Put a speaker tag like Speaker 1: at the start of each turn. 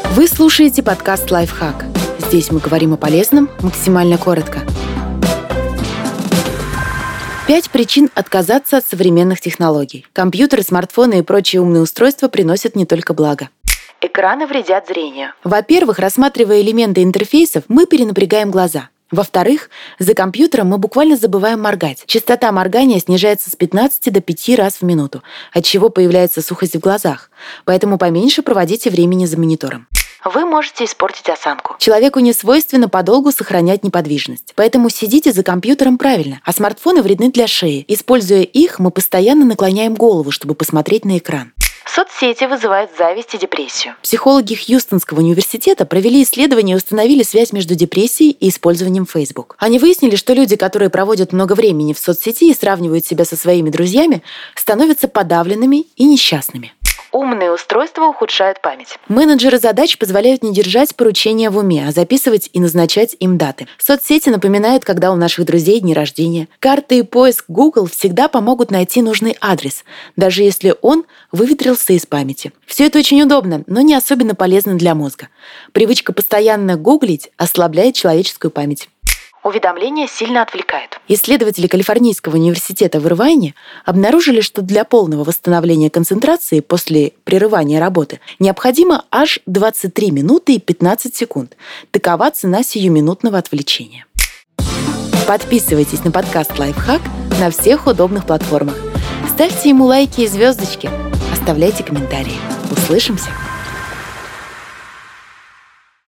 Speaker 1: Вы слушаете подкаст «Лайфхак». Здесь мы говорим о полезном максимально коротко. 5 причин отказаться от современных технологий. Компьютеры, смартфоны и прочие умные устройства приносят не только благо. Экраны вредят зрению. Во-первых, рассматривая элементы интерфейсов, мы перенапрягаем глаза. Во-вторых, за компьютером мы буквально забываем моргать. Частота моргания снижается с 15 до 5 раз в минуту, отчего появляется сухость в глазах. Поэтому поменьше проводите времени за монитором. Вы можете испортить осанку. Человеку не свойственно подолгу сохранять неподвижность. Поэтому сидите за компьютером правильно. А смартфоны вредны для шеи. Используя их, мы постоянно наклоняем голову, чтобы посмотреть на экран. Соцсети вызывают зависть и депрессию. Психологи Хьюстонского университета провели исследование и установили связь между депрессией и использованием Facebook. Они выяснили, что люди, которые проводят много времени в соцсети и сравнивают себя со своими друзьями, становятся подавленными и несчастными. Умные устройства ухудшают память. Менеджеры задач позволяют не держать поручения в уме, а записывать и назначать им даты. Соцсети напоминают, когда у наших друзей дни рождения. Карты и поиск Google всегда помогут найти нужный адрес, даже если он выветрился из памяти. Все это очень удобно, но не особенно полезно для мозга. Привычка постоянно гуглить ослабляет человеческую память. Уведомления сильно отвлекают. Исследователи Калифорнийского университета в Ирвайне обнаружили, что для полного восстановления концентрации после прерывания работы необходимо аж 23 минуты и 15 секунд. Такова цена сиюминутного отвлечения. Подписывайтесь на подкаст «Лайфхак» на всех удобных платформах. Ставьте ему лайки и звездочки. Оставляйте комментарии. Услышимся!